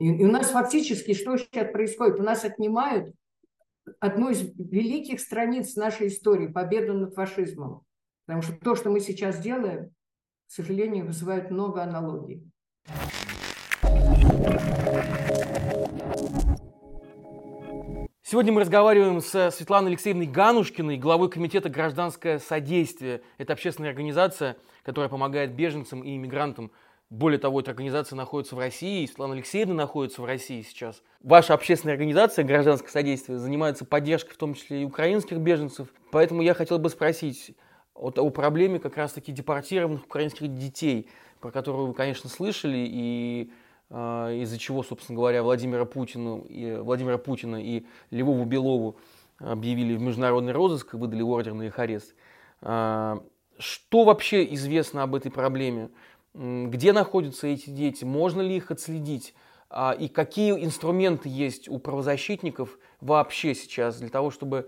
И у нас фактически что сейчас происходит? У нас отнимают одну из великих страниц нашей истории, победу над фашизмом. Потому что то, что мы сейчас делаем, к сожалению, вызывает много аналогий. Сегодня мы разговариваем со Светланой Алексеевной Ганушкиной, главой комитета «Гражданское содействие». Это общественная организация, которая помогает беженцам и иммигрантам. Более того, эта организация находится в России, и Светлана Алексеевна находится в России сейчас. Ваша общественная организация «Гражданское содействие» занимается поддержкой в том числе и украинских беженцев. Поэтому я хотел бы спросить о проблеме как раз-таки депортированных украинских детей, про которую вы, конечно, слышали, и из-за чего, собственно говоря, Владимира Путина и Львову Белову объявили в международный розыск и выдали ордер на их арест. Что вообще известно об этой проблеме? Где находятся эти дети? Можно ли их отследить? И какие инструменты есть у правозащитников вообще сейчас для того, чтобы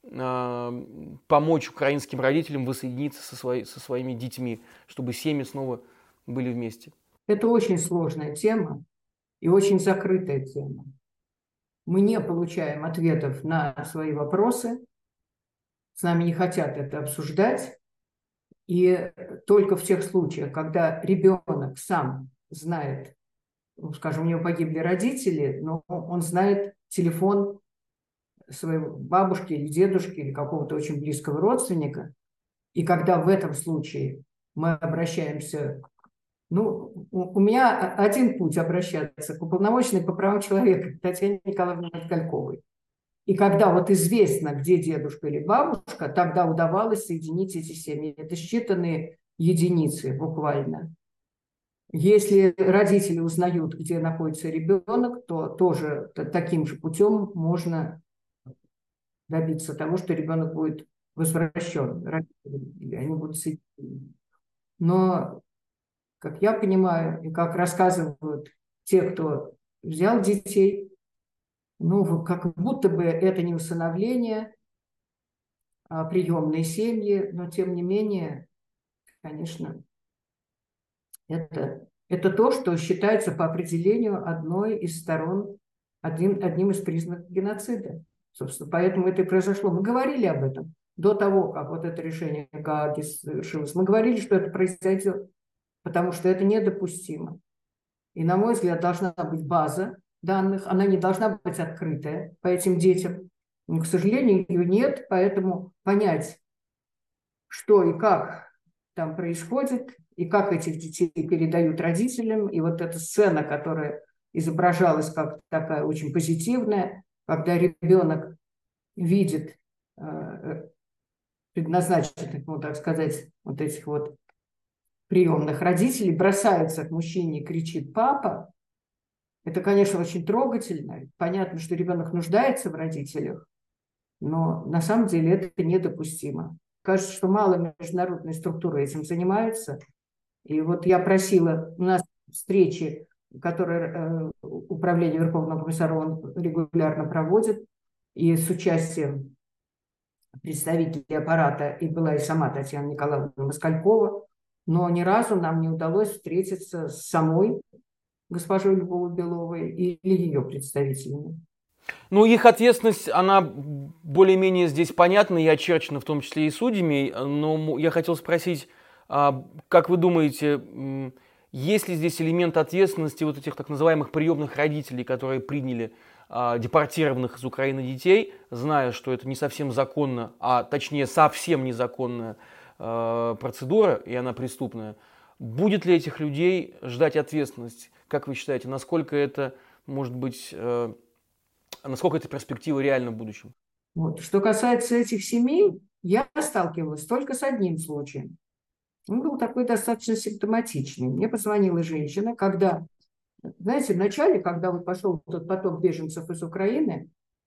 помочь украинским родителям воссоединиться со своими детьми, чтобы семьи снова были вместе? Это очень сложная тема и очень закрытая тема. Мы не получаем ответов на свои вопросы, с нами не хотят это обсуждать. И только в тех случаях, когда ребенок сам знает, скажем, у него погибли родители, но он знает телефон своей бабушки или дедушки или какого-то очень близкого родственника, и когда в этом случае мы обращаемся, у меня один путь обращаться к уполномоченной по правам человека Татьяне Николаевне Москальковой. И когда вот известно, где дедушка или бабушка, тогда удавалось соединить эти семьи. Это считанные единицы буквально. Если родители узнают, где находится ребенок, то тоже таким же путем можно добиться того, что ребенок будет возвращен родителям, или они будут соединены. Но, как я понимаю, и как рассказывают те, кто взял детей, как будто бы это не усыновление, а приемные семьи, но тем не менее, конечно, это то, что считается по определению одной из сторон, одним из признаков геноцида. Собственно, поэтому это и произошло. Мы говорили об этом до того, как вот это решение Гааги совершилось. Мы говорили, что это произойдет, потому что это недопустимо. И, на мой взгляд, должна быть база данных, она не должна быть открытая по этим детям. Но, к сожалению, ее нет, поэтому понять, что и как там происходит, и как этих детей передают родителям, и вот эта сцена, которая изображалась как такая очень позитивная, когда ребенок видит предназначенных, так сказать, вот этих вот приемных родителей, бросается к мужчине и кричит «папа», это, конечно, очень трогательно. Понятно, что ребенок нуждается в родителях, но на самом деле это недопустимо. Кажется, что мало международной структуры этим занимаются. И вот я просила, у нас встречи, которые Управление Верховного комиссара ООН регулярно проводит, и с участием представителей аппарата, и была и сама Татьяна Николаевна Москалькова, но ни разу нам не удалось встретиться с самой госпожой Львовой Беловой или ее представителями. Их ответственность, она более-менее здесь понятна и очерчена, в том числе и судьями, но я хотел спросить, как вы думаете, есть ли здесь элемент ответственности вот этих так называемых приемных родителей, которые приняли депортированных из Украины детей, зная, что это не совсем законно, а точнее совсем незаконная процедура, и она преступная? Будет ли этих людей ждать ответственность? Как вы считаете, насколько это может быть, насколько эта перспектива реальна в будущем? Что касается этих семей, я сталкивалась только с одним случаем. Он был такой достаточно симптоматичный. Мне позвонила женщина, когда, знаете, вначале, когда вот пошел тот поток беженцев из Украины,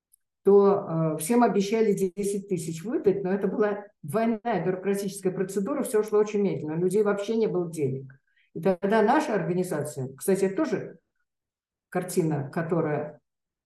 то всем обещали 10 тысяч выдать, но это была двойная бюрократическая процедура, все шло очень медленно, у людей вообще не было денег. И тогда наша организация, кстати, это тоже картина, которая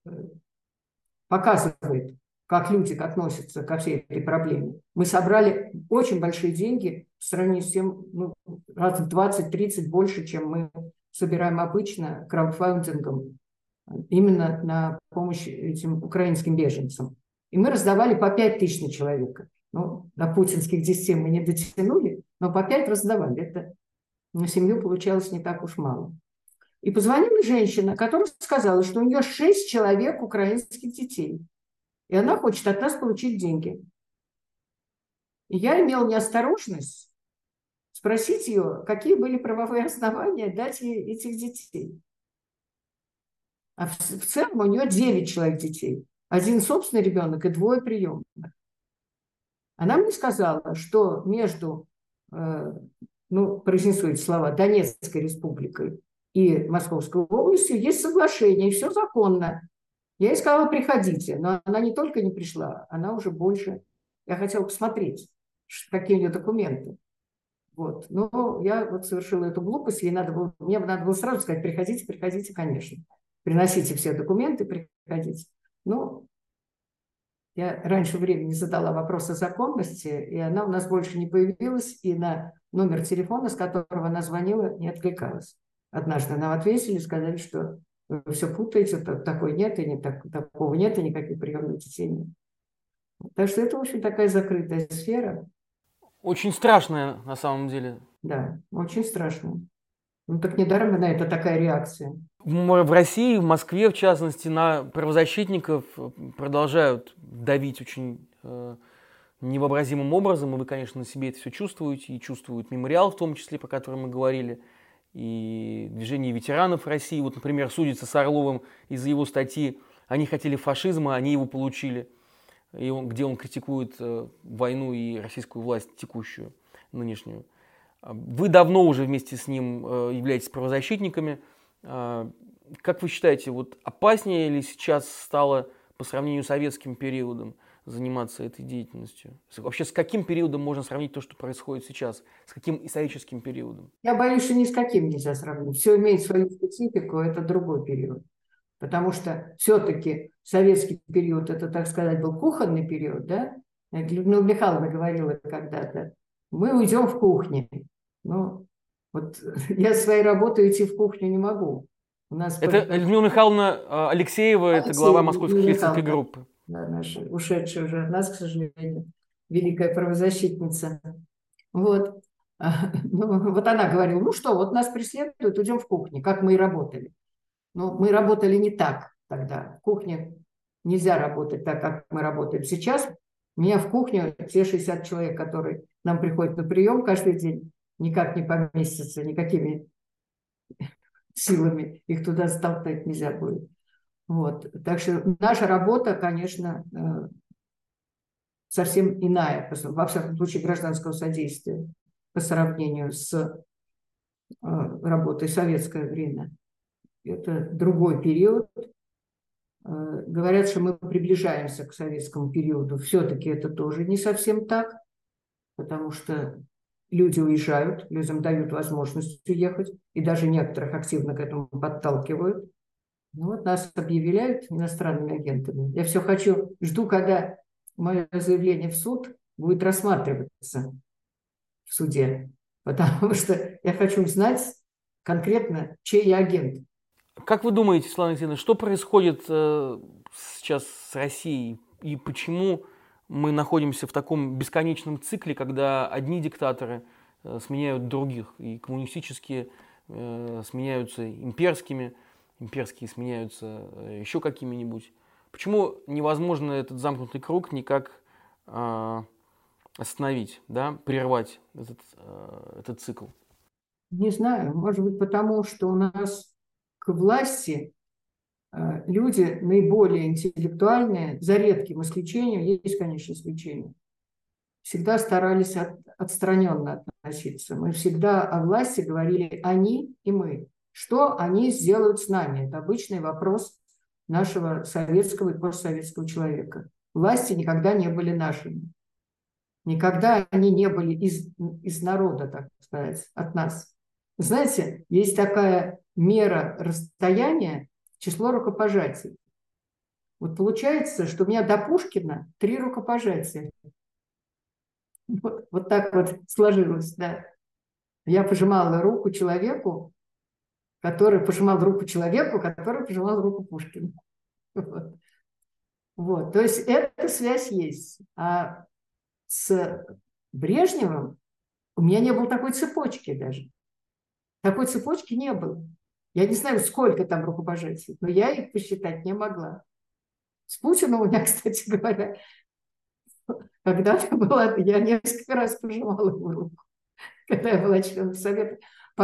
показывает, как люди относятся ко всей этой проблеме. Мы собрали очень большие деньги в сравнении с тем, раз в 20-30 больше, чем мы собираем обычно краудфандингом именно на помощь этим украинским беженцам. И мы раздавали по 5 тысяч на человека. Ну, до путинских 10 мы не дотянули, но по 5 раздавали. Это на семью получалось не так уж мало. И позвонила женщина, которая сказала, что у нее 6 человек украинских детей. И она хочет от нас получить деньги. И я имела неосторожность спросить ее, какие были правовые основания дать ей этих детей. А в целом у нее 9 человек детей. 1 собственный ребенок и 2 приемных. Она мне сказала, что между, произнесу эти слова, Донецкой республикой и Московской областью есть соглашение, и все законно. Я ей сказала, приходите. Но она не только не пришла, она уже больше... Я хотела посмотреть, какие у нее документы. Вот. Но я вот совершила эту глупость, мне надо было сразу сказать, приходите, приходите, конечно. Приносите все документы, приходите. Ну, я раньше времени задала вопрос о законности, и она у нас больше не появилась, и на номер телефона, с которого она звонила, не откликалась. Однажды нам ответили, сказали, что вы все путаете, такой нет, и такого нет, и никаких приемных детей нет. Так что это, в общем, такая закрытая сфера. Очень страшная на самом деле. Да, очень страшно. Ну так недаром на это такая реакция. В России, в Москве, в частности, на правозащитников продолжают давить очень невообразимым образом. И вы, конечно, на себе это все чувствуете. И чувствует мемориал, в том числе, про который мы говорили. И движение ветеранов России. Вот, например, судится с Орловым из-за его статьи «Они хотели фашизма, они его получили», где он критикует войну и российскую власть текущую, нынешнюю. Вы давно уже вместе с ним являетесь правозащитниками. Как вы считаете, вот опаснее ли сейчас стало по сравнению с советским периодом заниматься этой деятельностью? Вообще с каким периодом можно сравнить то, что происходит сейчас? С каким историческим периодом? Я боюсь, что ни с каким нельзя сравнить. Все имеет свою специфику, это другой период. Потому что все-таки советский период, это, так сказать, был кухонный период, да? Людмила Михайловна говорила когда-то, мы уйдем в кухню. Ну, вот я своей работой идти в кухню не могу. У нас Это Людмила Михайловна Алексеева, это глава Московской христианской группы. Да, наша ушедшая уже от нас, к сожалению, великая правозащитница. Вот. Ну, вот она говорила, ну что, вот нас преследуют, идем в кухню, как мы и работали. Но мы работали не так тогда. В кухне нельзя работать так, как мы работаем сейчас. У меня в кухню те 60 человек, которые нам приходят на прием каждый день, никак не поместятся, никакими силами их туда затолкнуть нельзя будет. Вот. Так что наша работа, конечно, совсем иная, во всяком случае, гражданского содействия по сравнению с работой в советское время. Это другой период. Говорят, что мы приближаемся к советскому периоду. Все-таки это тоже не совсем так, потому что люди уезжают, людям дают возможность уехать, и даже некоторых активно к этому подталкивают. Ну вот нас объявляют иностранными агентами. Я все жду, когда мое заявление в суд будет рассматриваться в суде, потому что я хочу знать конкретно, чей я агент. Как вы думаете, Светлана Алексеевна, что происходит сейчас с Россией и почему мы находимся в таком бесконечном цикле, когда одни диктаторы сменяют других, и коммунистические сменяются имперскими, имперские сменяются еще какими-нибудь? Почему невозможно этот замкнутый круг никак остановить, да, прервать этот цикл? Не знаю, может быть, потому что у нас к власти люди наиболее интеллектуальные, за редким исключением, есть, конечно, исключения, всегда старались отстраненно относиться. Мы всегда о власти говорили «они» и «мы». Что они сделают с нами? Это обычный вопрос нашего советского и постсоветского человека. Власти никогда не были нашими. Никогда они не были из народа, так сказать, от нас. Знаете, есть такая мера расстояния, число рукопожатий. Вот получается, что у меня до Пушкина 3 рукопожатия. Вот так вот сложилось, да. Я пожимала руку человеку, который пожимал руку человеку, который пожимал руку Пушкину. Вот. Вот. То есть эта связь есть. А с Брежневым у меня не было такой цепочки даже. Такой цепочки не было. Я не знаю, сколько там рукопожатий, но я их посчитать не могла. С Путиным у меня, кстати говоря, когда-то была, я несколько раз пожимала его руку, когда я была членом Совета,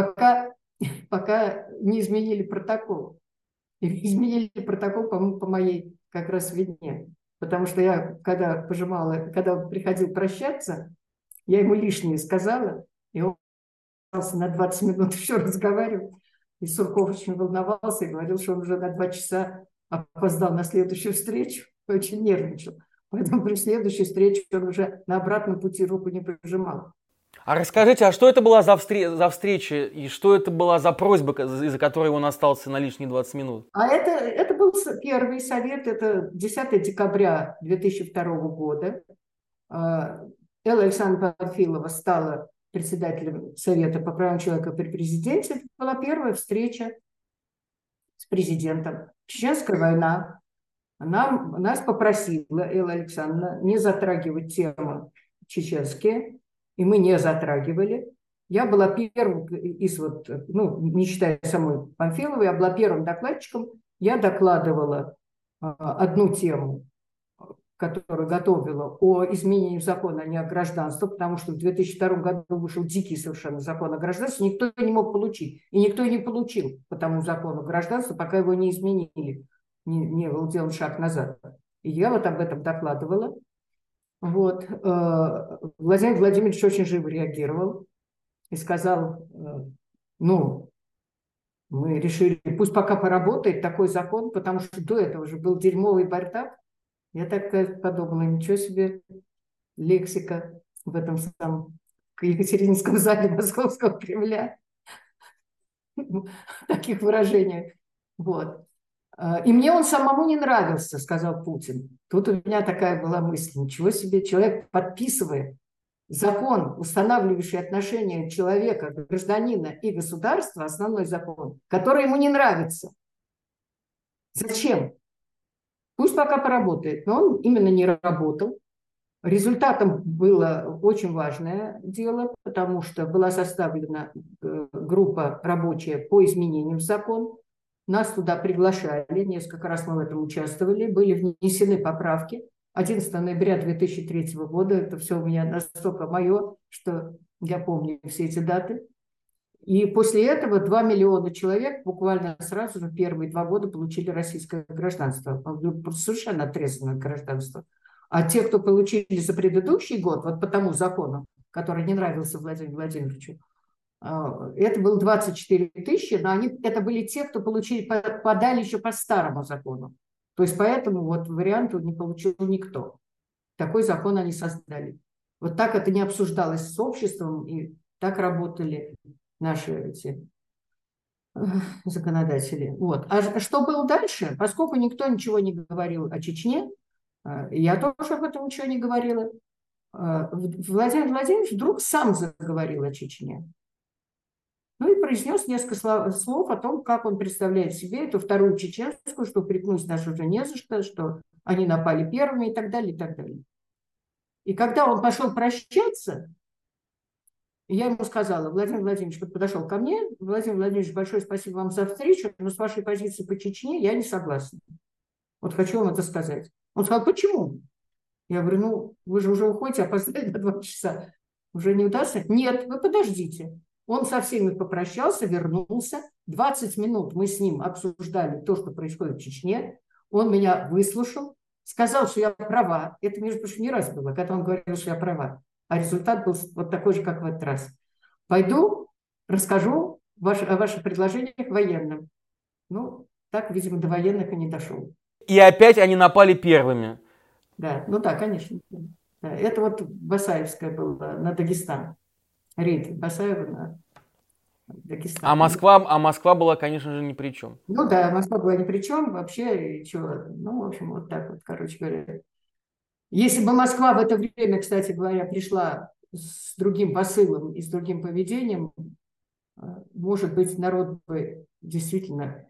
пока не изменили протокол. И изменили протокол, по-моему, по моей как раз вине. Потому что я, когда он приходил прощаться, я ему лишнее сказала, и он остался на 20 минут еще разговаривать. И Сурков очень волновался и говорил, что он уже на 2 часа опоздал на следующую встречу, очень нервничал. Поэтому при следующей встрече он уже на обратном пути руку не пожимал. А расскажите, а что это была за встреча и что это была за просьба, из-за которой он остался на лишние 20 минут? А это был первый совет, это 10 декабря 2002 года. Элла Александровна Панфилова стала председателем Совета по правам человека при президенте. Это была первая встреча с президентом. Чеченская война. Нас попросила Элла Александровна не затрагивать темы чеченские, и мы не затрагивали. Я была первым из не считая самой Панфиловой, я была первым докладчиком. Я докладывала одну тему, которую готовила, о изменении закона о гражданстве, потому что в 2002 году вышел дикий совершенно закон о гражданстве, никто не мог получить, и никто и не получил по тому закону гражданства, пока его не изменили, не был сделан шаг назад. И я вот об этом докладывала. Вот. Владимир Владимирович очень живо реагировал и сказал, мы решили, пусть пока поработает такой закон, потому что до этого же был дерьмовый бардак. Я так подумала, ничего себе лексика в этом самом Екатерининском зале Московского Кремля. Таких выражениях. Вот. И мне он самому не нравился, сказал Путин. Тут у меня такая была мысль, ничего себе, человек подписывает закон, устанавливающий отношения человека, гражданина и государства, основной закон, который ему не нравится. Зачем? Пусть пока поработает. Но он именно не работал. Результатом было очень важное дело, потому что была составлена группа рабочая по изменениям в закон. Нас туда приглашали, несколько раз мы в этом участвовали, были внесены поправки. 11 ноября 2003 года, это все у меня настолько мое, что я помню все эти даты. И после этого 2 миллиона человек буквально сразу же первые 2 года получили российское гражданство. Совершенно отрезанное гражданство. А те, кто получили за предыдущий год, вот по тому закону, который не нравился Владимиру Владимировичу, это было 24 тысячи, но это были те, кто подали еще по старому закону. То есть поэтому вот варианту не получил никто. Такой закон они создали. Вот так это не обсуждалось с обществом, и так работали наши законодатели. Вот. А что было дальше? Поскольку никто ничего не говорил о Чечне, я тоже об этом ничего не говорила, Владимир Владимирович вдруг сам заговорил о Чечне. Ну и произнес несколько слов о том, как он представляет себе эту вторую чеченскую, что упрекнуть нас уже не за что они напали первыми и так далее, и так далее. И когда он пошел прощаться, я ему сказала, Владимир Владимирович подошел ко мне, Владимир Владимирович, большое спасибо вам за встречу, но с вашей позицией по Чечне я не согласна. Вот хочу вам это сказать. Он сказал, почему? Я говорю, вы же уже уходите, опоздали на 2 часа. Уже не удастся? Нет, вы подождите. Он со всеми попрощался, вернулся. 20 минут мы с ним обсуждали то, что происходит в Чечне. Он меня выслушал, сказал, что я права. Это, между прочим, не раз было, когда он говорил, что я права. А результат был вот такой же, как в этот раз. Пойду, расскажу о ваших предложениях военным. Ну, так, видимо, до военных и не дошел. И опять они напали первыми. Да, конечно. Это вот Басаевская была на Дагестан. Рейд Басаева на Дагестан. А Москва была, конечно же, ни при чем. Ну да, Москва была ни при чем вообще. Чего? Ну, в общем, вот так вот, короче говоря. Если бы Москва в это время, кстати говоря, пришла с другим посылом и с другим поведением, может быть, народ бы действительно,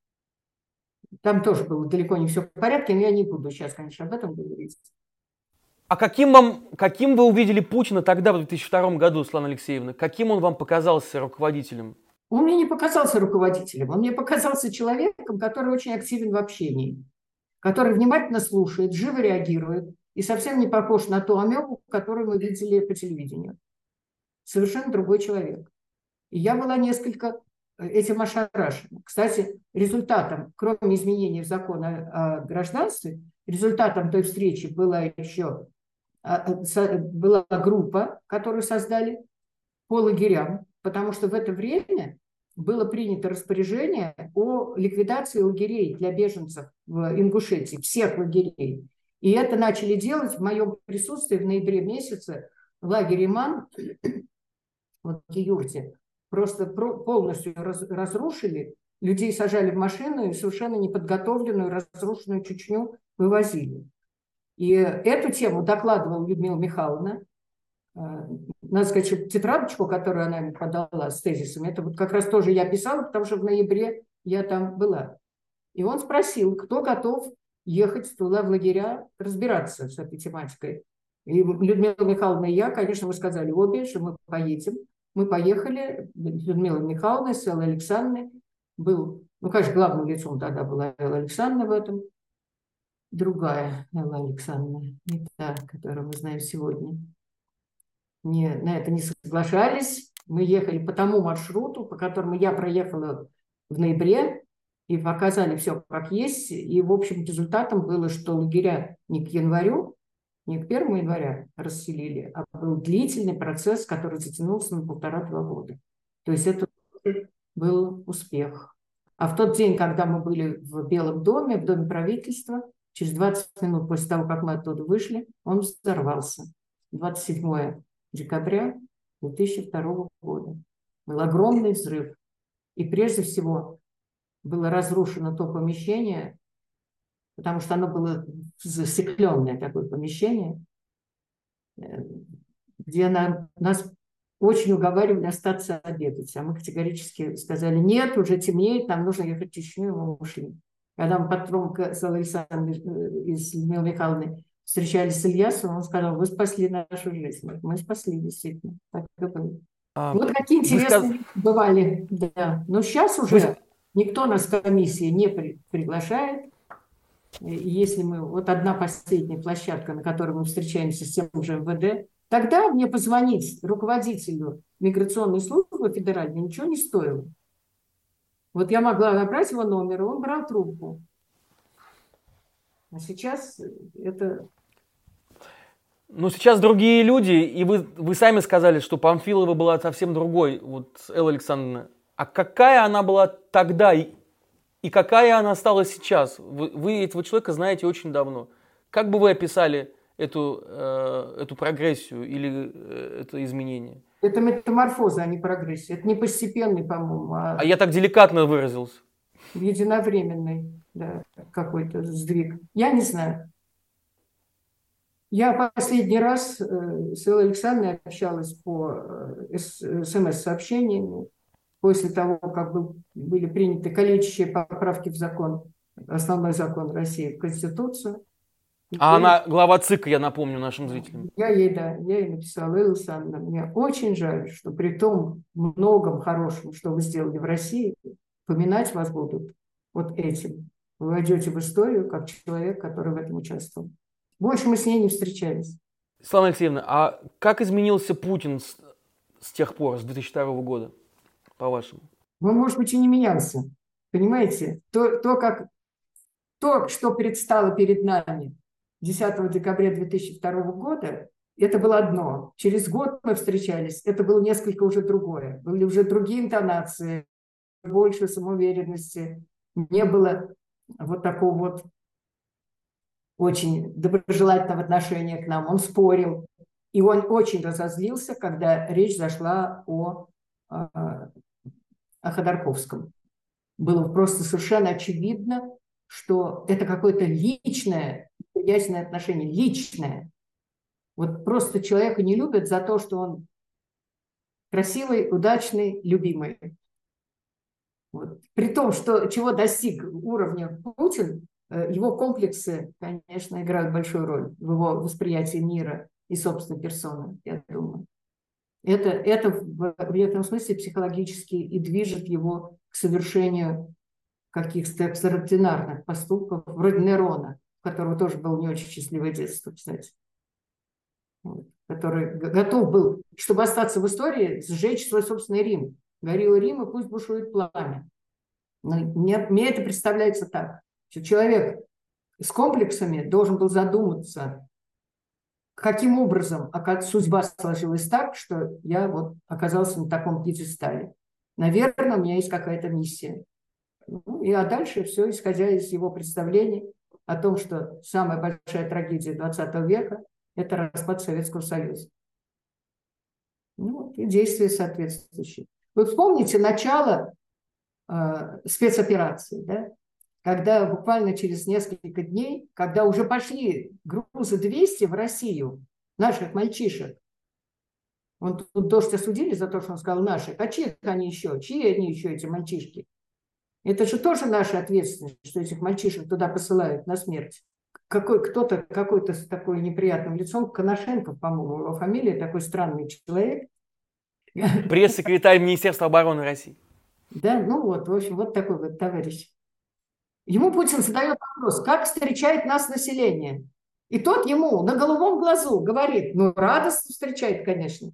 там тоже было далеко не все в порядке, но я не буду сейчас, конечно, об этом говорить. А каким вы увидели Путина тогда, в 2002 году, Светлана Алексеевна? Каким он вам показался руководителем? Он мне не показался руководителем, он мне показался человеком, который очень активен в общении, который внимательно слушает, живо реагирует и совсем не похож на ту амебу, которую мы видели по телевидению. Совершенно другой человек. И я была несколько этим ошарашена. Кстати, результатом, кроме изменений в закон о гражданстве, результатом той встречи была еще была группа, которую создали по лагерям, потому что в это время было принято распоряжение о ликвидации лагерей для беженцев в Ингушетии, всех лагерей. И это начали делать в моем присутствии в ноябре месяце в лагере Иман, вот в юрте. Просто полностью разрушили, людей сажали в машину и совершенно неподготовленную, разрушенную Чечню вывозили. И эту тему докладывала Людмила Михайловна. Надо сказать, что тетрадочку, которую она мне подала с тезисами, это вот как раз тоже я писала, потому что в ноябре я там была. И он спросил, кто готов ехать туда в лагеря, разбираться с этой тематикой. И Людмила Михайловна и я, конечно, мы сказали обе, что мы поедем. Мы поехали, Людмила Михайловна с Эллой Александровной. Был, ну, конечно, главным лицом тогда была Элла Александровна в этом. Другая Элла Александровна, не та, которую мы знаем сегодня. На это не соглашались. Мы ехали по тому маршруту, по которому я проехала в ноябре, и показали все как есть. И, в общем, результатом было, что лагеря не к январю, не к 1 января расселили, а был длительный процесс, который затянулся на 1,5-2 года. То есть это был успех. А в тот день, когда мы были в Белом доме, в Доме правительства, через 20 минут после того, как мы оттуда вышли, он взорвался. 27 декабря 2002 года. Был огромный взрыв. И прежде всего было разрушено то помещение, потому что оно было застекленное такое помещение, где нас очень уговаривали остаться обедать. А мы категорически сказали, нет, уже темнеет, нам нужно ехать в Чечню, и мы ушли. Когда мы потом с Александром и с Людмилой Михайловной встречались с Ильясовым, он сказал, вы спасли нашу жизнь. Мы спасли, действительно. Так и было. Вот какие интересные бывали. Да. Но сейчас уже никто нас в комиссии не приглашает. И если мы... Вот одна последняя площадка, на которой мы встречаемся с тем же МВД, тогда мне позвонить руководителю миграционной службы федеральной ничего не стоило. Вот я могла набрать его номер, и он брал трубку. А сейчас это... Ну, сейчас другие люди, и вы сами сказали, что Памфилова была совсем другой, вот Элла Александровна. А какая она была тогда и какая она стала сейчас? Вы этого человека знаете очень давно. Как бы вы описали эту прогрессию или это изменение? Это метаморфоза, а не прогрессия. Это не постепенный, по-моему, А я так деликатно выразился. Единовременный, да, какой-то сдвиг. Я не знаю. Я последний раз с Эллой Александровной общалась по СМС-сообщениям после того, как были приняты количественные поправки в закон, основной закон России, в Конституцию. А она глава ЦИК, я напомню нашим зрителям. Я ей написала, Элла Александровна, мне очень жаль, что при том многом хорошем, что вы сделали в России, поминать вас будут вот этим. Вы войдете в историю как человек, который в этом участвовал. Больше мы с ней не встречались. Светлана Алексеевна, а как изменился Путин с тех пор, с 2002 года, по-вашему? Он, может быть, и не менялся. Понимаете? То, что предстало перед нами 10 декабря 2002 года, это было одно. Через год мы встречались, это было несколько уже другое. Были уже другие интонации, больше самоуверенности. Не было вот такого вот очень доброжелательного отношения к нам. Он спорил. И он очень разозлился, когда речь зашла о Ходорковском. Было просто совершенно очевидно, что это какое-то личное, ясное отношение, личное. Вот просто человека не любят за то, что он красивый, удачный, любимый. Вот. При том, что чего достиг уровня Путин, его комплексы, конечно, играют большую роль в его восприятии мира и собственной персоны, я думаю. Это в этом смысле психологически и движет его к совершению каких-то экстраординарных поступков, вроде Нерона, у которого тоже было не очень счастливое детство, кстати. Вот. Который готов был, чтобы остаться в истории, сжечь свой собственный Рим. Горел Рим, и пусть бушует пламя. Но мне это представляется так, что человек с комплексами должен был задуматься, каким образом судьба сложилась так, что я вот оказался на таком пьедестале. Наверное, у меня есть какая-то миссия. А дальше все, исходя из его представлений о том, что самая большая трагедия XX века – это распад Советского Союза. И действия соответствующие. Вы вспомните начало спецоперации, да? Когда буквально через несколько дней, когда уже пошли грузы 200 в Россию, наших мальчишек, тут дождь осудили за то, что он сказал наших, а чьи они еще эти мальчишки? Это же тоже наша ответственность, что этих мальчишек туда посылают на смерть. Кто-то какой-то с такой неприятным лицом, Коношенко, по-моему, его фамилия, такой странный человек. Пресс-секретарь Министерства обороны России. Да, в общем, вот такой вот товарищ. Ему Путин задает вопрос, как встречает нас население? И тот ему на голубом глазу говорит, радостно встречает, конечно.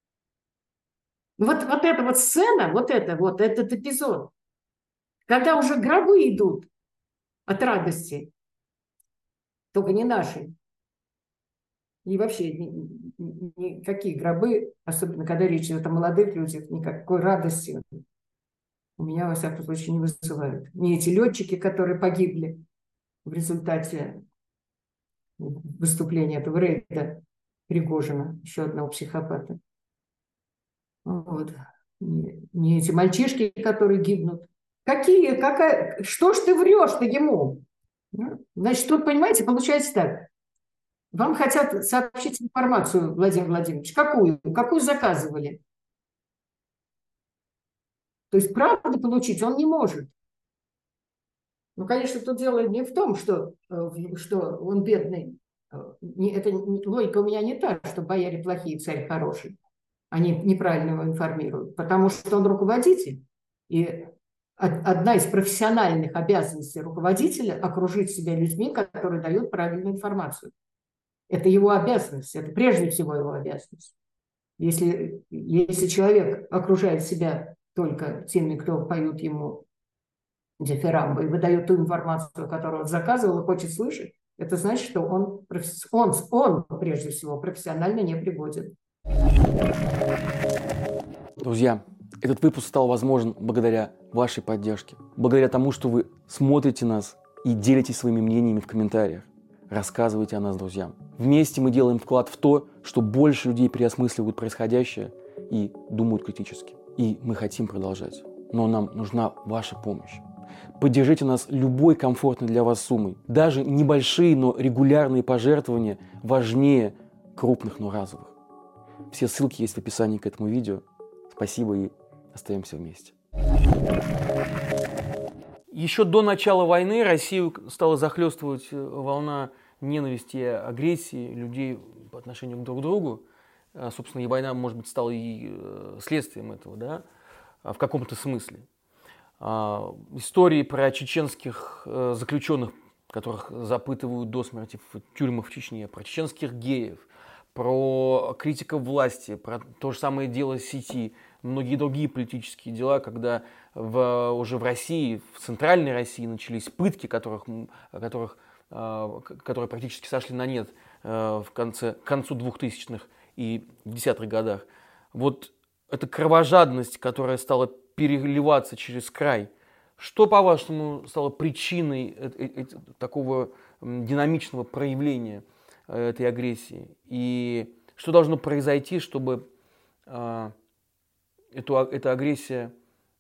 Вот эта вот сцена, этот эпизод, когда уже гробы идут от радости, только не наши. И вообще никакие гробы, особенно когда речь идет о молодых людях, никакой радости у меня, во всяком случае, не вызывают. Ни эти летчики, которые погибли в результате выступления этого рейда Пригожина, еще одного психопата. Вот. Не эти мальчишки, которые гибнут. Что ж ты врешь-то ему? Значит, тут, понимаете, получается так. Вам хотят сообщить информацию, Владимир Владимирович. Какую заказывали? То есть правду получить он не может. Конечно, тут дело не в том, что он бедный. Логика у меня не та, что бояре плохие, царь хороший. Они неправильно его информируют. Потому что он руководитель. И одна из профессиональных обязанностей руководителя – окружить себя людьми, которые дают правильную информацию. Это его обязанность, это прежде всего его обязанность. Если человек окружает себя только теми, кто поют ему дифирамбы и выдает ту информацию, которую он заказывал и хочет слышать, это значит, что он прежде всего профессионально не пригоден. Друзья, этот выпуск стал возможен благодаря вашей поддержке, благодаря тому, что вы смотрите нас и делитесь своими мнениями в комментариях. Рассказывайте о нас друзьям. Вместе мы делаем вклад в то, что больше людей переосмысливают происходящее и думают критически. И мы хотим продолжать. Но нам нужна ваша помощь. Поддержите нас любой комфортной для вас суммой. Даже небольшие, но регулярные пожертвования важнее крупных, но разовых. Все ссылки есть в описании к этому видео. Спасибо и остаемся вместе. Еще до начала войны Россию стала захлестывать волна ненависти и агрессии людей по отношению друг к другу. Собственно, и война, может быть, стала и следствием этого, да, в каком-то смысле. Истории про чеченских заключенных, которых запытывают до смерти в тюрьмах в Чечне, про чеченских геев, про критиков власти, про то же самое дело сети, многие другие политические дела, когда уже в России, в центральной России начались пытки, которые практически сошли на нет к концу 2000-х и в 10-х годах. Вот эта кровожадность, которая стала переливаться через край, что, по-вашему, стало причиной такого динамичного проявления этой агрессии? И что должно произойти, чтобы эта агрессия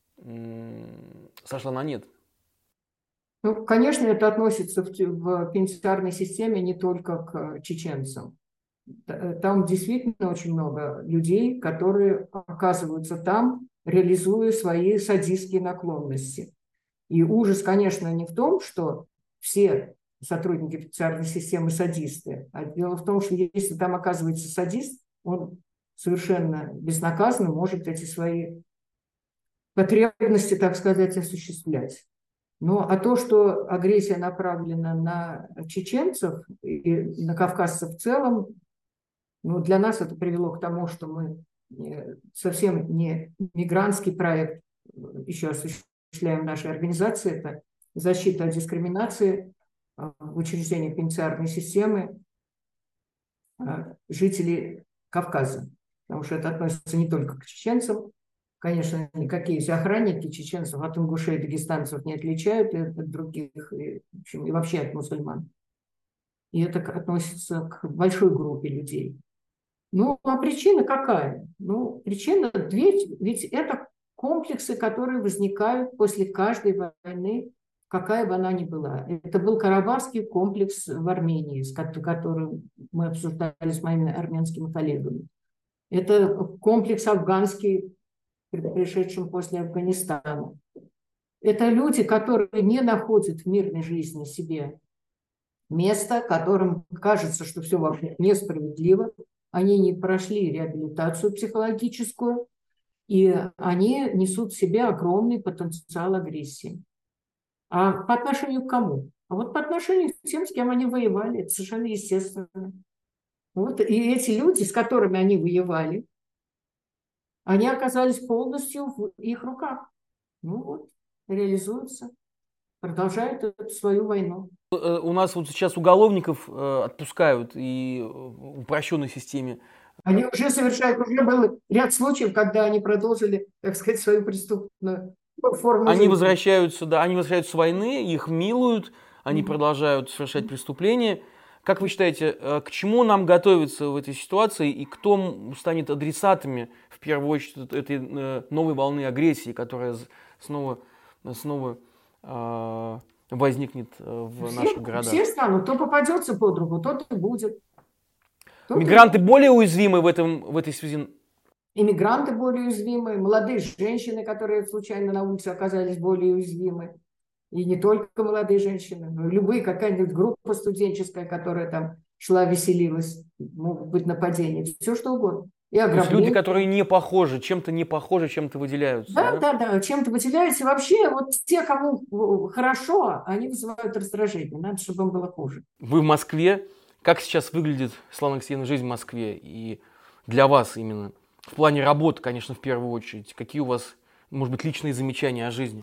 сошла на нет? Конечно, это относится в пенитенциарной системе не только к чеченцам. Там действительно очень много людей, которые оказываются там реализуя свои садистские наклонности. И ужас, конечно, не в том, что все сотрудники пенитенциарной системы садисты, а дело в том, что если там оказывается садист, он совершенно безнаказанно может эти свои потребности, так сказать, осуществлять. Ну, а то, что агрессия направлена на чеченцев и на кавказцев в целом, ну, для нас это привело к тому, что мы совсем не мигрантский проект еще осуществляем в нашей организации, это защита от дискриминации в учреждениях пенитенциарной системы жителей Кавказа, потому что это относится не только к чеченцам. Конечно, никакие охранники чеченцев от ингушей и дагестанцев не отличают и от других, и, в общем, и вообще от мусульман. И это относится к большой группе людей. Ну, а причина какая? Ну, причина две, ведь это комплексы, которые возникают после каждой войны, какая бы она ни была. Это был Карабахский комплекс в Армении, который мы обсуждали с моими армянскими коллегами. Это комплекс афганский, пришедшим после Афганистана. Это люди, которые не находят в мирной жизни себе место, которым кажется, что все вокруг несправедливо. Они не прошли реабилитацию психологическую, и они несут в себе огромный потенциал агрессии. А по отношению к кому? А вот по отношению к тем, с кем они воевали. Это совершенно естественно. Вот. И эти люди, с которыми они воевали, они оказались полностью в их руках. Ну вот, реализуются, продолжают эту свою войну. У нас вот сейчас уголовников отпускают и в упрощенной системе. Они уже совершают, уже был ряд случаев, когда они продолжили, так сказать, свою преступную форму Они жизни. возвращаются, да, они возвращаются с войны, их милуют, они продолжают совершать преступления. Как вы считаете, к чему нам готовиться в этой ситуации и кто станет адресатами, в первую очередь, этой новой волны агрессии, которая снова возникнет в наших городах? Все станут, кто попадется под руку, тот и будет. Мигранты более уязвимы в этой связи? Иммигранты более уязвимы, молодые женщины, которые случайно на улице оказались более уязвимы. И не только молодые женщины, но и любые, какая-нибудь группа студенческая, которая там шла, веселилась, могут быть нападения, все что угодно. И ограбления. То есть люди, которые не похожи, чем-то не похожи, чем-то выделяются. Да, чем-то выделяются. И вообще, вот те, кому хорошо, они вызывают раздражение. Надо, чтобы им было хуже. Вы в Москве. Как сейчас выглядит, Светлана Алексеевна, жизнь в Москве? И для вас именно. В плане работы, конечно, в первую очередь. Какие у вас, может быть, личные замечания о жизни?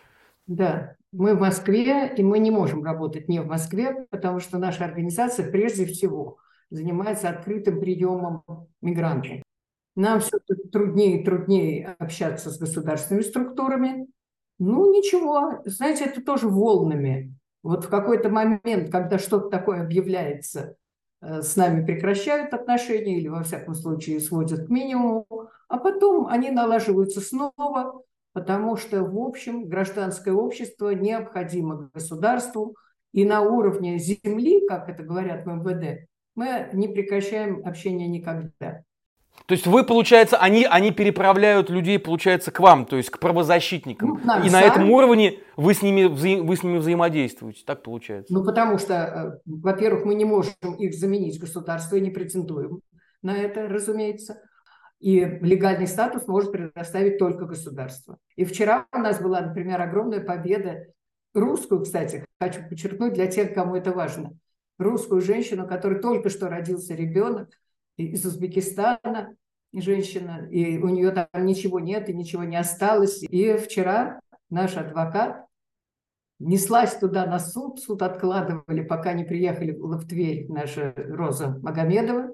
Да, мы в Москве, и мы не можем работать не в Москве, потому что наша организация прежде всего занимается открытым приемом мигрантов. Нам все труднее и труднее общаться с государственными структурами. Ну, ничего, знаете, это тоже волнами. Вот в какой-то момент, когда что-то такое объявляется, с нами прекращают отношения или, во всяком случае, сводят к минимуму, а потом они налаживаются снова, потому что, в общем, гражданское общество необходимо государству, и на уровне земли, как это говорят в МВД, мы не прекращаем общение никогда. То есть вы, получается, они переправляют людей, получается, к вам, то есть к правозащитникам. И на этом уровне вы с ними взаимодействуете, так получается? Ну, потому что, во-первых, мы не можем их заменить государство и не претендуем на это, разумеется. И легальный статус может предоставить только государство. И вчера у нас была, например, огромная победа, русскую, кстати, хочу подчеркнуть для тех, кому это важно, русскую женщину, у которой только что родился ребенок, из Узбекистана, женщина, и у нее там ничего нет, и ничего не осталось. И вчера наш адвокат неслась туда на суд откладывали, пока не приехали в Тверь наша Роза Магомедова,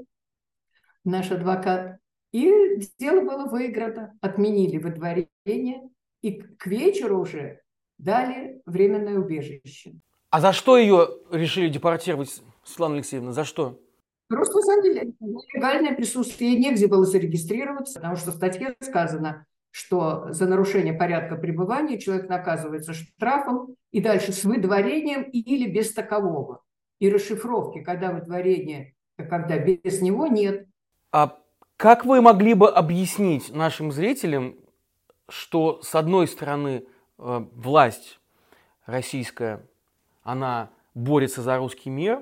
наш адвокат. И дело было выиграно, отменили выдворение, и к вечеру уже дали временное убежище. А за что ее решили депортировать, Светлана Алексеевна, за что? Просто, на самом деле, нелегальное присутствие, негде было зарегистрироваться, потому что в статье сказано, что за нарушение порядка пребывания человек наказывается штрафом и дальше с выдворением или без такового. И расшифровки, когда выдворение, когда без него, нет. А как вы могли бы объяснить нашим зрителям что, с одной стороны, власть российская, она борется за русский мир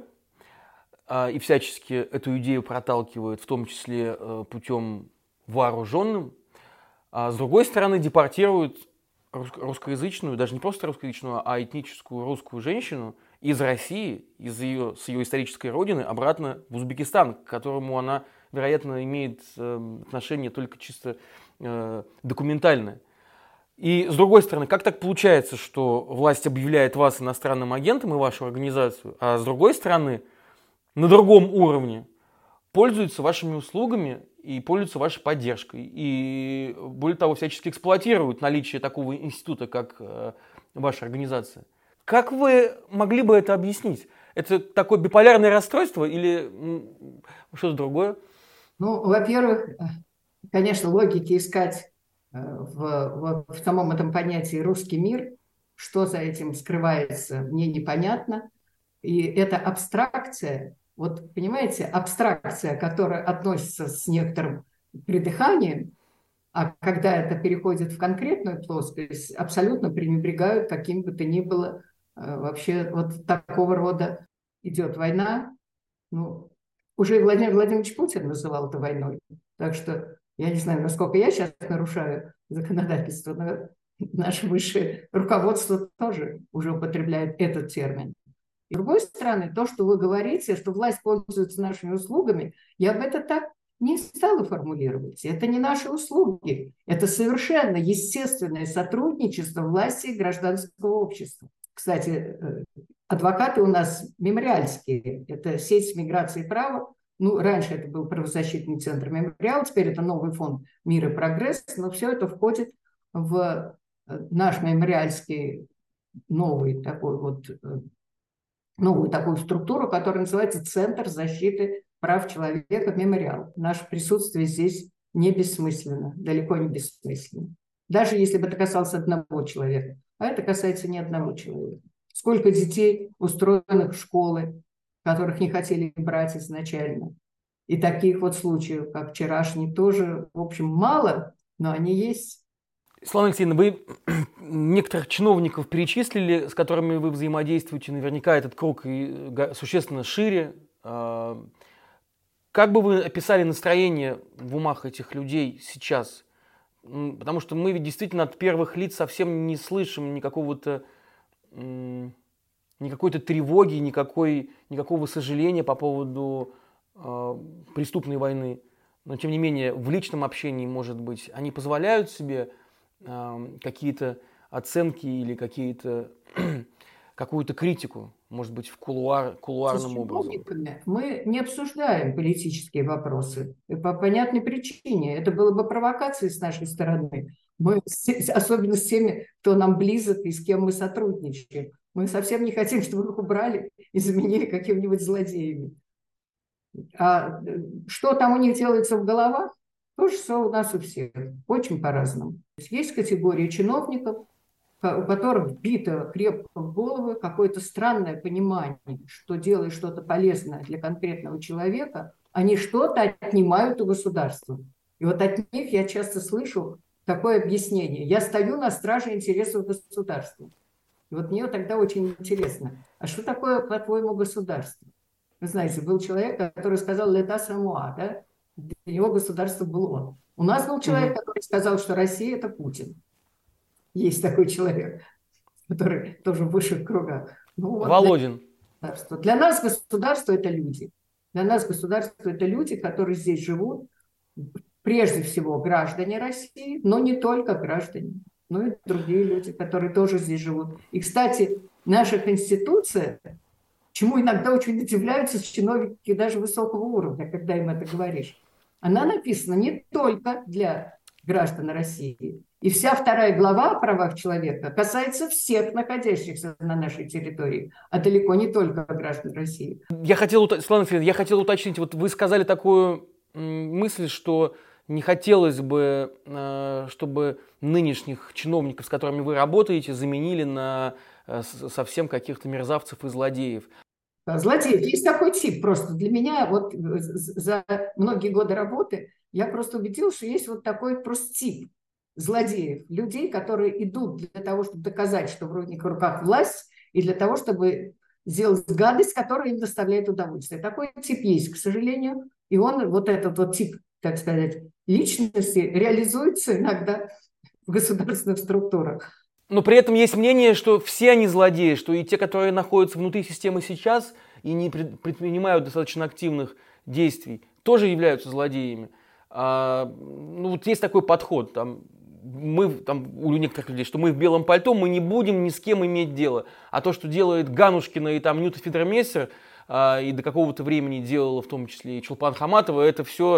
и всячески эту идею проталкивает, в том числе путем вооруженным, а с другой стороны депортирует русскоязычную, даже не просто русскоязычную, а этническую русскую женщину из России, с ее исторической родины, обратно в Узбекистан, к которому она, вероятно, имеет отношение только чисто документальное. И с другой стороны, как так получается, что власть объявляет вас иностранным агентом и вашу организацию, а с другой стороны, на другом уровне пользуются вашими услугами и пользуются вашей поддержкой. И, более того, всячески эксплуатируют наличие такого института, как ваша организация. Как вы могли бы это объяснить? Это такое биполярное расстройство или что-то другое? Ну, во-первых, конечно, логики искать в самом этом понятии «русский мир», что за этим скрывается, мне непонятно. И эта абстракция, вот понимаете, абстракция, которая относится с некоторым придыханием, а когда это переходит в конкретную плоскость, абсолютно пренебрегают каким бы то ни было вообще вот такого рода идет война. Ну, уже и Владимир Владимирович Путин называл это войной. Так что я не знаю, насколько я сейчас нарушаю законодательство, но наше высшее руководство тоже уже употребляет этот термин. И с другой стороны, то, что вы говорите, что власть пользуется нашими услугами, я бы это так не стала формулировать. Это не наши услуги. Это совершенно естественное сотрудничество власти и гражданского общества. Кстати, адвокаты у нас мемориальские. Это сеть миграции и права. Ну, раньше это был правозащитный центр «Мемориал», теперь это новый фонд «Мир и прогресс», но все это входит в наш мемориальский новую такую структуру, которая называется «Центр защиты прав человека «Мемориал». Наше присутствие здесь не бессмысленно, далеко не бессмысленно. Даже если бы это касалось одного человека. А это касается не одного человека. Сколько детей, устроенных в школы, которых не хотели брать изначально. И таких вот случаев, как вчерашний, тоже, в общем, мало, но они есть. Светлана Алексеевна, вы некоторых чиновников перечислили, с которыми вы взаимодействуете. Наверняка этот круг существенно шире. Как бы вы описали настроение в умах этих людей сейчас? Потому что мы ведь действительно от первых лиц совсем не слышим никакой-то тревоги, никакого сожаления по поводу преступной войны. Но, тем не менее, в личном общении, может быть, они позволяют себе какие-то оценки или какую-то критику, может быть, в кулуарном образом. Мы не обсуждаем политические вопросы по понятной причине. Это было бы провокацией с нашей стороны. Мы, особенно с теми, кто нам близок и с кем мы сотрудничаем. Мы совсем не хотим, чтобы их убрали и заменили какими-нибудь злодеями. А что там у них делается в головах, тоже все у нас у всех. Очень по-разному. Есть категория чиновников, у которых вбито крепко в головы какое-то странное понимание, что делая что-то полезное для конкретного человека, они что-то отнимают у государства. И вот от них я часто слышу такое объяснение. Я стою на страже интересов государства. И вот мне тогда очень интересно, а что такое, по-твоему, государство? Вы знаете, был человек, который сказал «l'état c'est moi», да? Для него государство было он. У нас был человек, который сказал, что Россия – это Путин. Есть такой человек, который тоже в высших кругах. Ну, вот Володин. Для нас государство – это люди. Для нас государство – это люди, которые здесь живут, прежде всего граждане России, но не только граждане, но и другие люди, которые тоже здесь живут. И, кстати, наша Конституция, чему иногда очень удивляются чиновники даже высокого уровня, когда им это говоришь, она написана не только для граждан России. И вся 2 глава о правах человека касается всех находящихся на нашей территории, а далеко не только граждан России. Светлана Алексеевна, я хотел уточнить, вот вы сказали такую мысль, что не хотелось бы, чтобы нынешних чиновников, с которыми вы работаете, заменили на совсем каких-то мерзавцев и злодеев. Злодеев. Есть такой тип просто. Для меня вот за многие годы работы я просто убедилась, что есть вот такой просто тип. злодеев, людей, которые идут для того, чтобы доказать, что в их руках власть, и для того, чтобы сделать гадость, которая им доставляет удовольствие. Такой тип есть, к сожалению, и он, вот этот вот тип, так сказать, личности реализуется иногда в государственных структурах. Но при этом есть мнение, что все они злодеи, что и те, которые находятся внутри системы сейчас и не предпринимают достаточно активных действий, тоже являются злодеями. Ну вот есть такой подход, у некоторых людей, что мы в белом пальто, мы не будем ни с кем иметь дело. А то, что делает Ганушкина и Нюта Федермессер, и до какого-то времени делала в том числе и Чулпан Хаматова, это все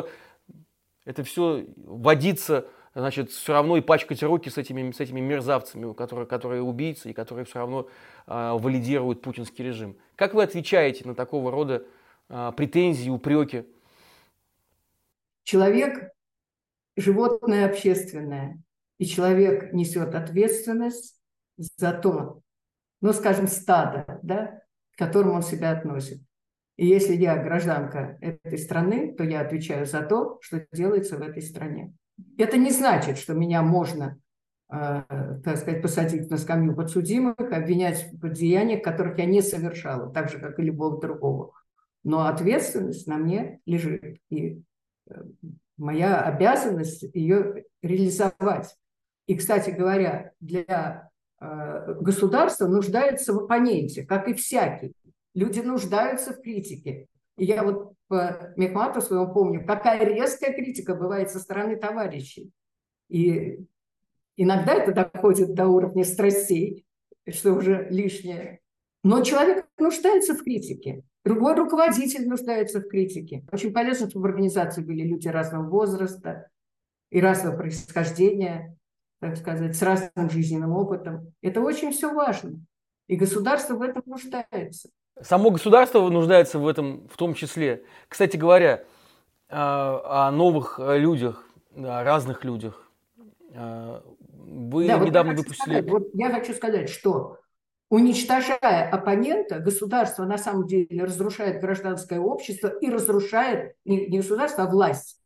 водиться, значит, все равно и пачкать руки с этими мерзавцами, которые убийцы и которые все равно валидируют путинский режим. Как вы отвечаете на такого рода претензии, упреки? Человек – животное общественное, и человек несет ответственность за то, ну, скажем, стадо, да, к которому он себя относит. И если я гражданка этой страны, то я отвечаю за то, что делается в этой стране. Это не значит, что меня можно, так сказать, посадить на скамью подсудимых, обвинять в деяниях, которых я не совершала, так же, как и любого другого. Но ответственность на мне лежит, и моя обязанность ее реализовать. И, кстати говоря, для государства нуждается в оппоненте, как и всякий. Люди нуждаются в критике. И я вот по Мехмату своему помню, какая резкая критика бывает со стороны товарищей. И иногда это доходит до уровня страстей, что уже лишнее. Но человек нуждается в критике. Другой руководитель нуждается в критике. Очень полезно, чтобы в организации были люди разного возраста и разного происхождения, так сказать, с разным жизненным опытом. Это очень все важно. И государство в этом нуждается. Само государство нуждается в этом в том числе. Кстати говоря, о новых людях, о разных людях. Вы недавно выпустили... Я хочу сказать, что уничтожая оппонента, государство на самом деле разрушает гражданское общество и разрушает, не государство, а власть.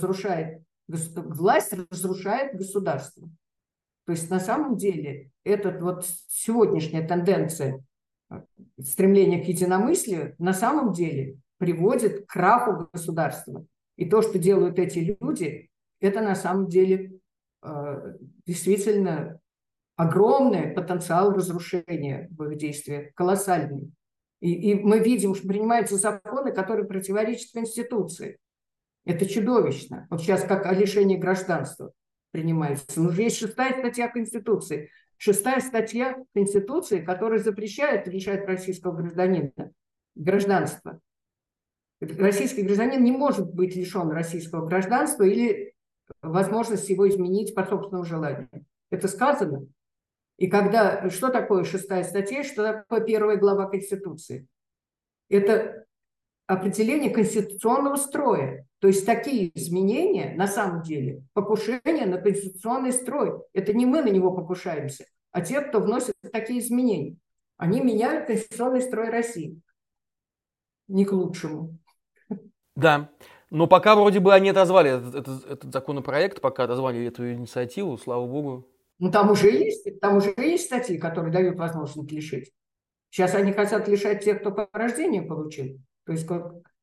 Власть разрушает государство. То есть на самом деле эта вот сегодняшняя тенденция стремление к единомыслию на самом деле приводит к краху государства. И то, что делают эти люди, это на самом деле действительно огромный потенциал разрушения в их действиях, колоссальный. И мы видим, что принимаются законы, которые противоречат Конституции. Это чудовищно. Вот сейчас как о лишении гражданства принимается. Но есть 6-я статья Конституции. 6-я статья Конституции, которая запрещает лишать российского гражданина гражданства. Российский гражданин не может быть лишен российского гражданства или возможности его изменить по собственному желанию. Это сказано. И когда, что такое 6-я статья, что такое 1 глава Конституции? Это определение конституционного строя. То есть такие изменения, на самом деле, покушение на конституционный строй. Это не мы на него покушаемся, а те, кто вносит такие изменения. Они меняют конституционный строй России. Не к лучшему. Да, но пока вроде бы они отозвали этот законопроект, пока отозвали эту инициативу, слава богу. Ну там уже есть статьи, которые дают возможность лишить. Сейчас они хотят лишать тех, кто по рождению получил. То есть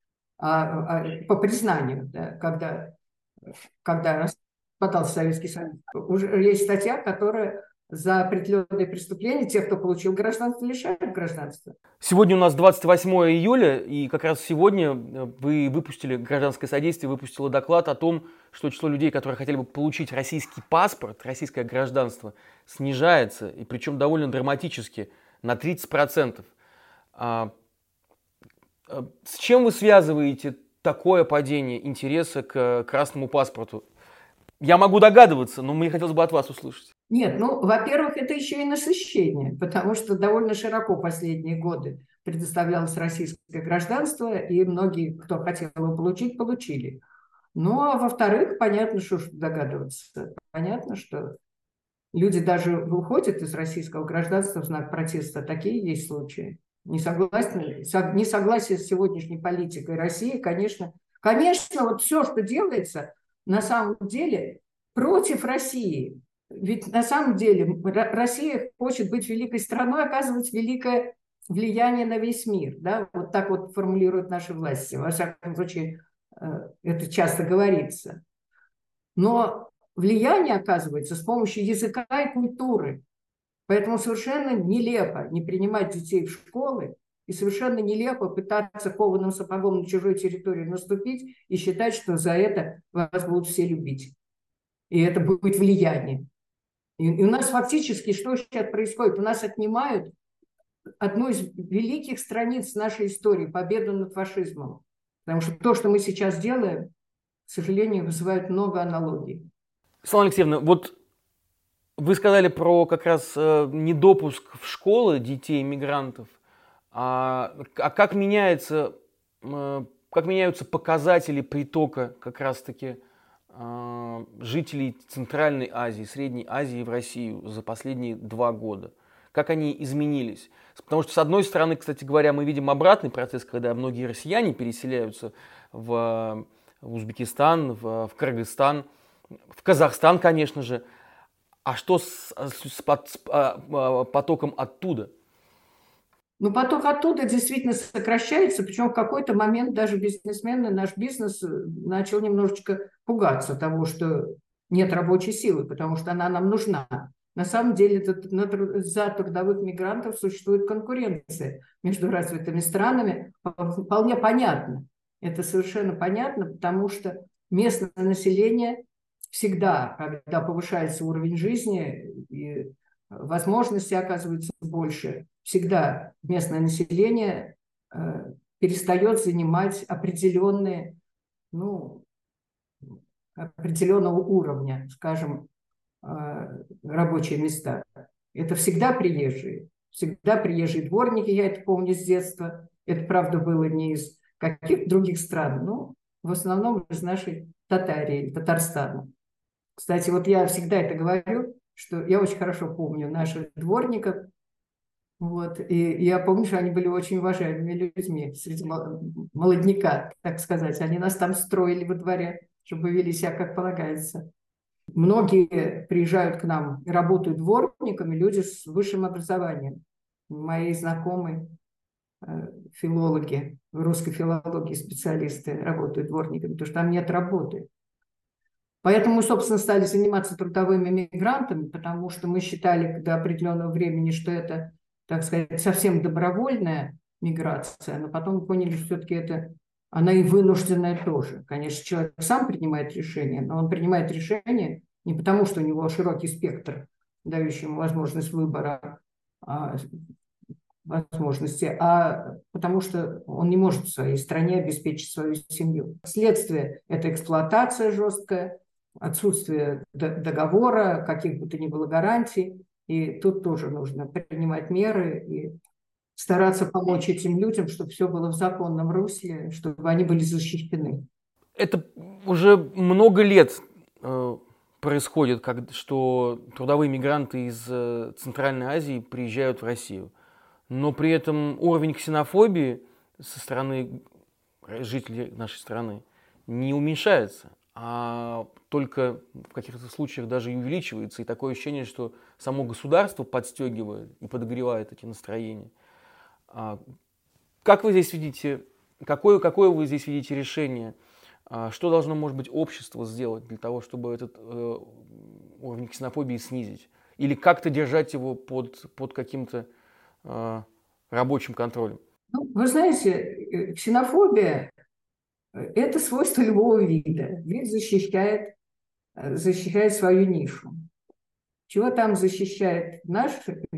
по признанию, да, когда распадался Советский Союз. Уже есть статья, которая за определенные преступления тех, кто получил гражданство, лишают гражданства. Сегодня у нас 28 июля, и как раз сегодня вы выпустили, Гражданское содействие выпустило доклад о том, что число людей, которые хотели бы получить российский паспорт, российское гражданство, снижается, и причем довольно драматически, на 30%. С чем вы связываете такое падение интереса к красному паспорту? Я могу догадываться, но мне хотелось бы от вас услышать. Нет, во-первых, это еще и насыщение, потому что довольно широко последние годы предоставлялось российское гражданство, и многие, кто хотел его получить, получили. Ну, а во-вторых, понятно, что догадываться. Понятно, что люди даже выходят из российского гражданства в знак протеста. Такие есть случаи. Несогласие с сегодняшней политикой России, конечно, вот все, что делается, на самом деле против России. Ведь на самом деле Россия хочет быть великой страной, оказывать великое влияние на весь мир. Да? Вот так вот формулируют наши власти. Во всяком случае, это часто говорится. Но влияние оказывается с помощью языка и культуры. Поэтому совершенно нелепо не принимать детей в школы и совершенно нелепо пытаться кованым сапогом на чужой территории наступить и считать, что за это вас будут все любить. И это будет влияние. И у нас фактически что сейчас происходит? У нас отнимают одну из великих страниц нашей истории – победу над фашизмом. Потому что то, что мы сейчас делаем, к сожалению, вызывает много аналогий. Светлана Алексеевна, вот вы сказали про как раз недопуск в школы детей-мигрантов. А как меняются показатели притока как раз-таки жителей Центральной Азии, Средней Азии в Россию за последние 2 года? Как они изменились? Потому что, с одной стороны, кстати говоря, мы видим обратный процесс, когда многие россияне переселяются в Узбекистан, в Кыргызстан, в Казахстан, конечно же. А что с потоком оттуда? Ну, поток оттуда действительно сокращается, причем в какой-то момент даже бизнесмены, наш бизнес начал немножечко пугаться того, что нет рабочей силы, потому что она нам нужна. На самом деле за трудовых мигрантов существует конкуренция между развитыми странами. Вполне понятно. Это совершенно понятно, потому что местное население всегда, когда повышается уровень жизни и возможности оказываются больше, всегда местное население перестает занимать определенного уровня, скажем, рабочие места. Это всегда приезжие дворники, я это помню с детства. Это, правда, было не из каких других стран, но в основном из нашей Татарии, Татарстана. Кстати, вот я всегда это говорю, что я очень хорошо помню наших дворников. Вот, и я помню, что они были очень уважаемыми людьми среди молодняка, так сказать. Они нас там строили во дворе, чтобы вели себя как полагается. Многие приезжают к нам и работают дворниками, люди с высшим образованием. Мои знакомые филологи, в русской филологии специалисты работают дворниками, потому что там нет работы. Поэтому мы, собственно, стали заниматься трудовыми мигрантами, потому что мы считали до определенного времени, что это, так сказать, совсем добровольная миграция, но потом поняли, что все-таки она и вынужденная тоже. Конечно, человек сам принимает решение, но он принимает решение не потому, что у него широкий спектр, дающий ему возможность выбора, а потому что он не может в своей стране обеспечить свою семью. Следствие – это эксплуатация жесткая, отсутствие договора, каких бы то ни было гарантий. И тут тоже нужно принимать меры и стараться помочь этим людям, чтобы все было в законном русле, чтобы они были защищены. Это уже много лет происходит, что трудовые мигранты из Центральной Азии приезжают в Россию. Но при этом уровень ксенофобии со стороны жителей нашей страны не уменьшается, а только в каких-то случаях даже и увеличивается. И такое ощущение, что само государство подстегивает и подогревает эти настроения. Как вы здесь видите, какое вы здесь видите решение? Что должно, может быть, общество сделать для того, чтобы этот уровень ксенофобии снизить? Или как-то держать его под каким-то рабочим контролем? Ну, вы знаете, ксенофобия – это свойство любого вида. Вид защищает свою нишу. Чего там защищает наш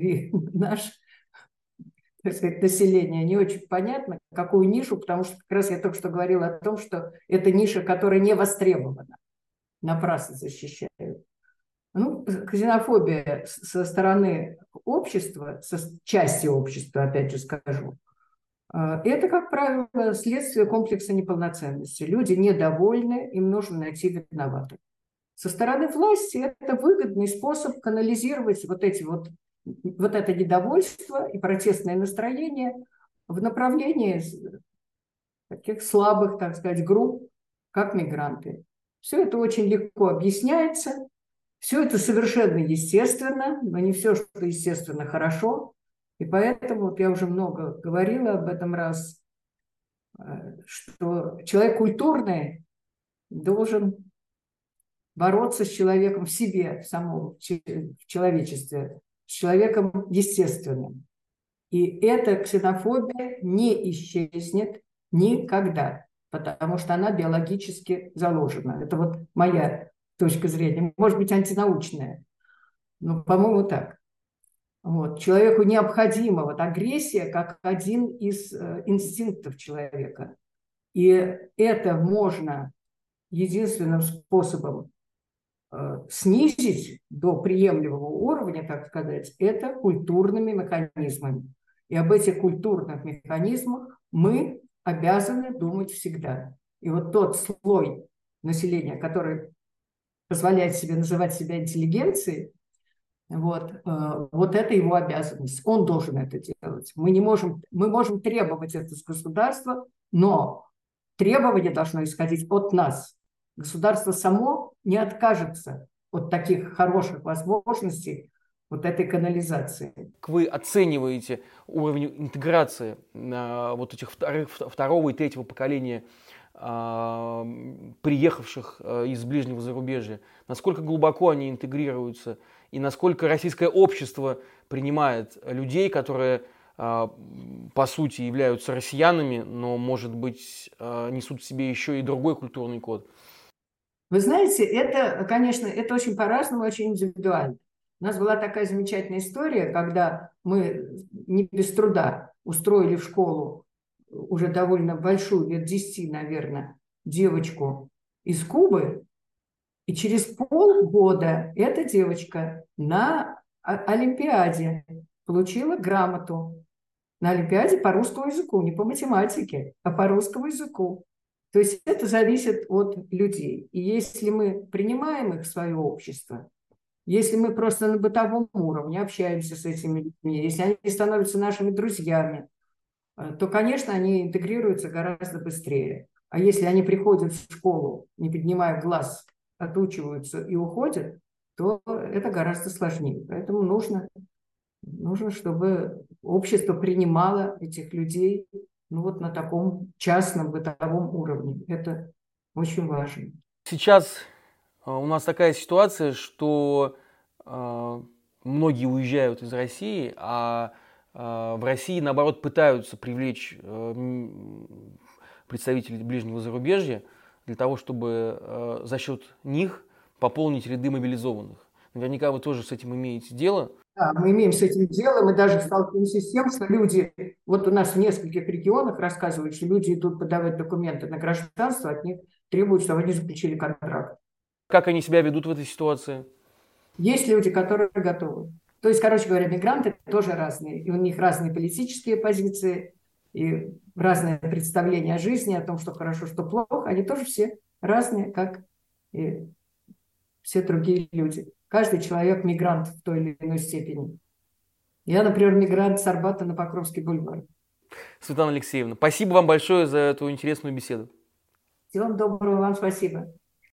так сказать, население, не очень понятно, какую нишу, потому что как раз я только что говорила о том, что это ниша, которая не востребована, напрасно защищают. Ну, ксенофобия со стороны общества, со части общества, опять же скажу, это, как правило, следствие комплекса неполноценности. Люди недовольны, им нужно найти виноватых. Со стороны власти это выгодный способ канализировать вот это недовольство и протестное настроение в направлении таких слабых, так сказать, групп, как мигранты. Все это очень легко объясняется, Все это совершенно естественно, но не все, что естественно, хорошо. И поэтому, вот я уже много говорила об этом раз, что человек культурный должен бороться с человеком в себе, в самом в человечестве, с человеком естественным. И эта ксенофобия не исчезнет никогда, потому что она биологически заложена. Это вот моя точка зрения, может быть, антинаучная, но, по-моему, так. Вот. Человеку необходима вот агрессия как один из инстинктов человека. И это можно единственным способом снизить до приемлемого уровня, так сказать, это культурными механизмами. И об этих культурных механизмах мы обязаны думать всегда. И вот тот слой населения, который позволяет себе называть себя интеллигенцией, вот это его обязанность. Он должен это делать. Мы можем требовать это с государства, но требование должно исходить от нас. Государство само не откажется от таких хороших возможностей вот этой канализации. Как вы оцениваете уровень интеграции вот этих второго и третьего поколения приехавших из ближнего зарубежья? Насколько глубоко они интегрируются? И насколько российское общество принимает людей, которые, по сути, являются россиянами, но, может быть, несут в себе еще и другой культурный код? Вы знаете, это, конечно, это очень по-разному, очень индивидуально. У нас была такая замечательная история, когда мы не без труда устроили в школу уже довольно большую, лет 10, наверное, девочку из Кубы, и через полгода эта девочка на Олимпиаде получила грамоту. На Олимпиаде по русскому языку, не по математике, а по русскому языку. То есть это зависит от людей. И если мы принимаем их в свое общество, если мы просто на бытовом уровне общаемся с этими людьми, если они становятся нашими друзьями, то, конечно, они интегрируются гораздо быстрее. А если они приходят в школу, не поднимая глаз, отучиваются и уходят, то это гораздо сложнее. Поэтому нужно, чтобы общество принимало этих людей вот на таком частном бытовом уровне. Это очень важно. Сейчас у нас такая ситуация, что многие уезжают из России, а в России, наоборот, пытаются привлечь представителей ближнего зарубежья для того, чтобы за счет них пополнить ряды мобилизованных. Наверняка вы тоже с этим имеете дело. Да, мы имеем с этим дело, мы даже сталкиваемся с тем, что люди, вот у нас в нескольких регионах рассказывают, что люди идут подавать документы на гражданство, от них требуют, чтобы они заключили контракт. Как они себя ведут в этой ситуации? Есть люди, которые готовы. То есть, короче говоря, мигранты тоже разные, и у них разные политические позиции, и разное представление о жизни, о том, что хорошо, что плохо, они тоже все разные, как и все другие люди. Каждый человек мигрант в той или иной степени. Я, например, мигрант с Арбата на Покровский бульвар. Светлана Алексеевна, спасибо вам большое за эту интересную беседу. Всего доброго, вам спасибо.